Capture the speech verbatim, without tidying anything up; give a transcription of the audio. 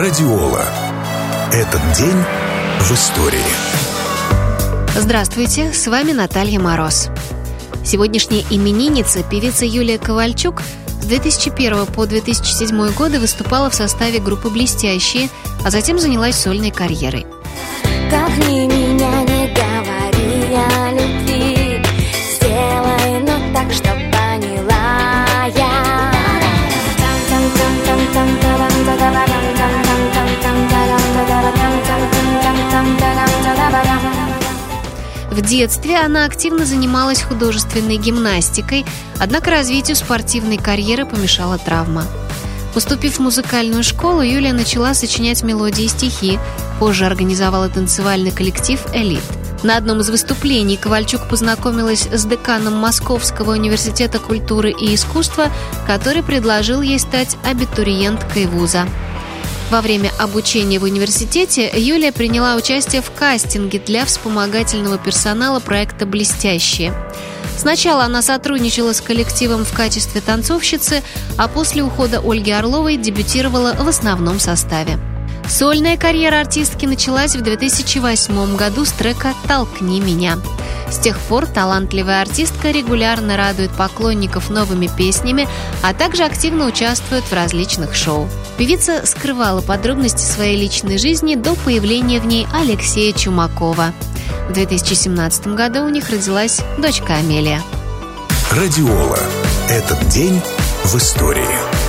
Радиола. Этот день в истории. Здравствуйте, с вами Наталья Мороз. Сегодняшняя именинница, певица Юлия Ковальчук, с две тысячи первого по две тысячи седьмой годы выступала в составе группы «Блестящие», а затем занялась сольной карьерой. Как ни меня не говори о любви, сделай, но так, что поняла я. В детстве она активно занималась художественной гимнастикой, однако развитию спортивной карьеры помешала травма. Поступив в музыкальную школу, Юлия начала сочинять мелодии и стихи, позже организовала танцевальный коллектив «Элит». На одном из выступлений Ковальчук познакомилась с деканом Московского университета культуры и искусства, который предложил ей стать абитуриенткой вуза. Во время обучения в университете Юлия приняла участие в кастинге для вспомогательного персонала проекта «Блестящие». Сначала она сотрудничала с коллективом в качестве танцовщицы, а после ухода Ольги Орловой дебютировала в основном составе. Сольная карьера артистки началась в две тысячи восьмом году с трека «Толкни меня». С тех пор талантливая артистка регулярно радует поклонников новыми песнями, а также активно участвует в различных шоу. Певица скрывала подробности своей личной жизни до появления в ней Алексея Чумакова. В две тысячи семнадцатом году у них родилась дочка Амелия. Радиола. Этот день в истории.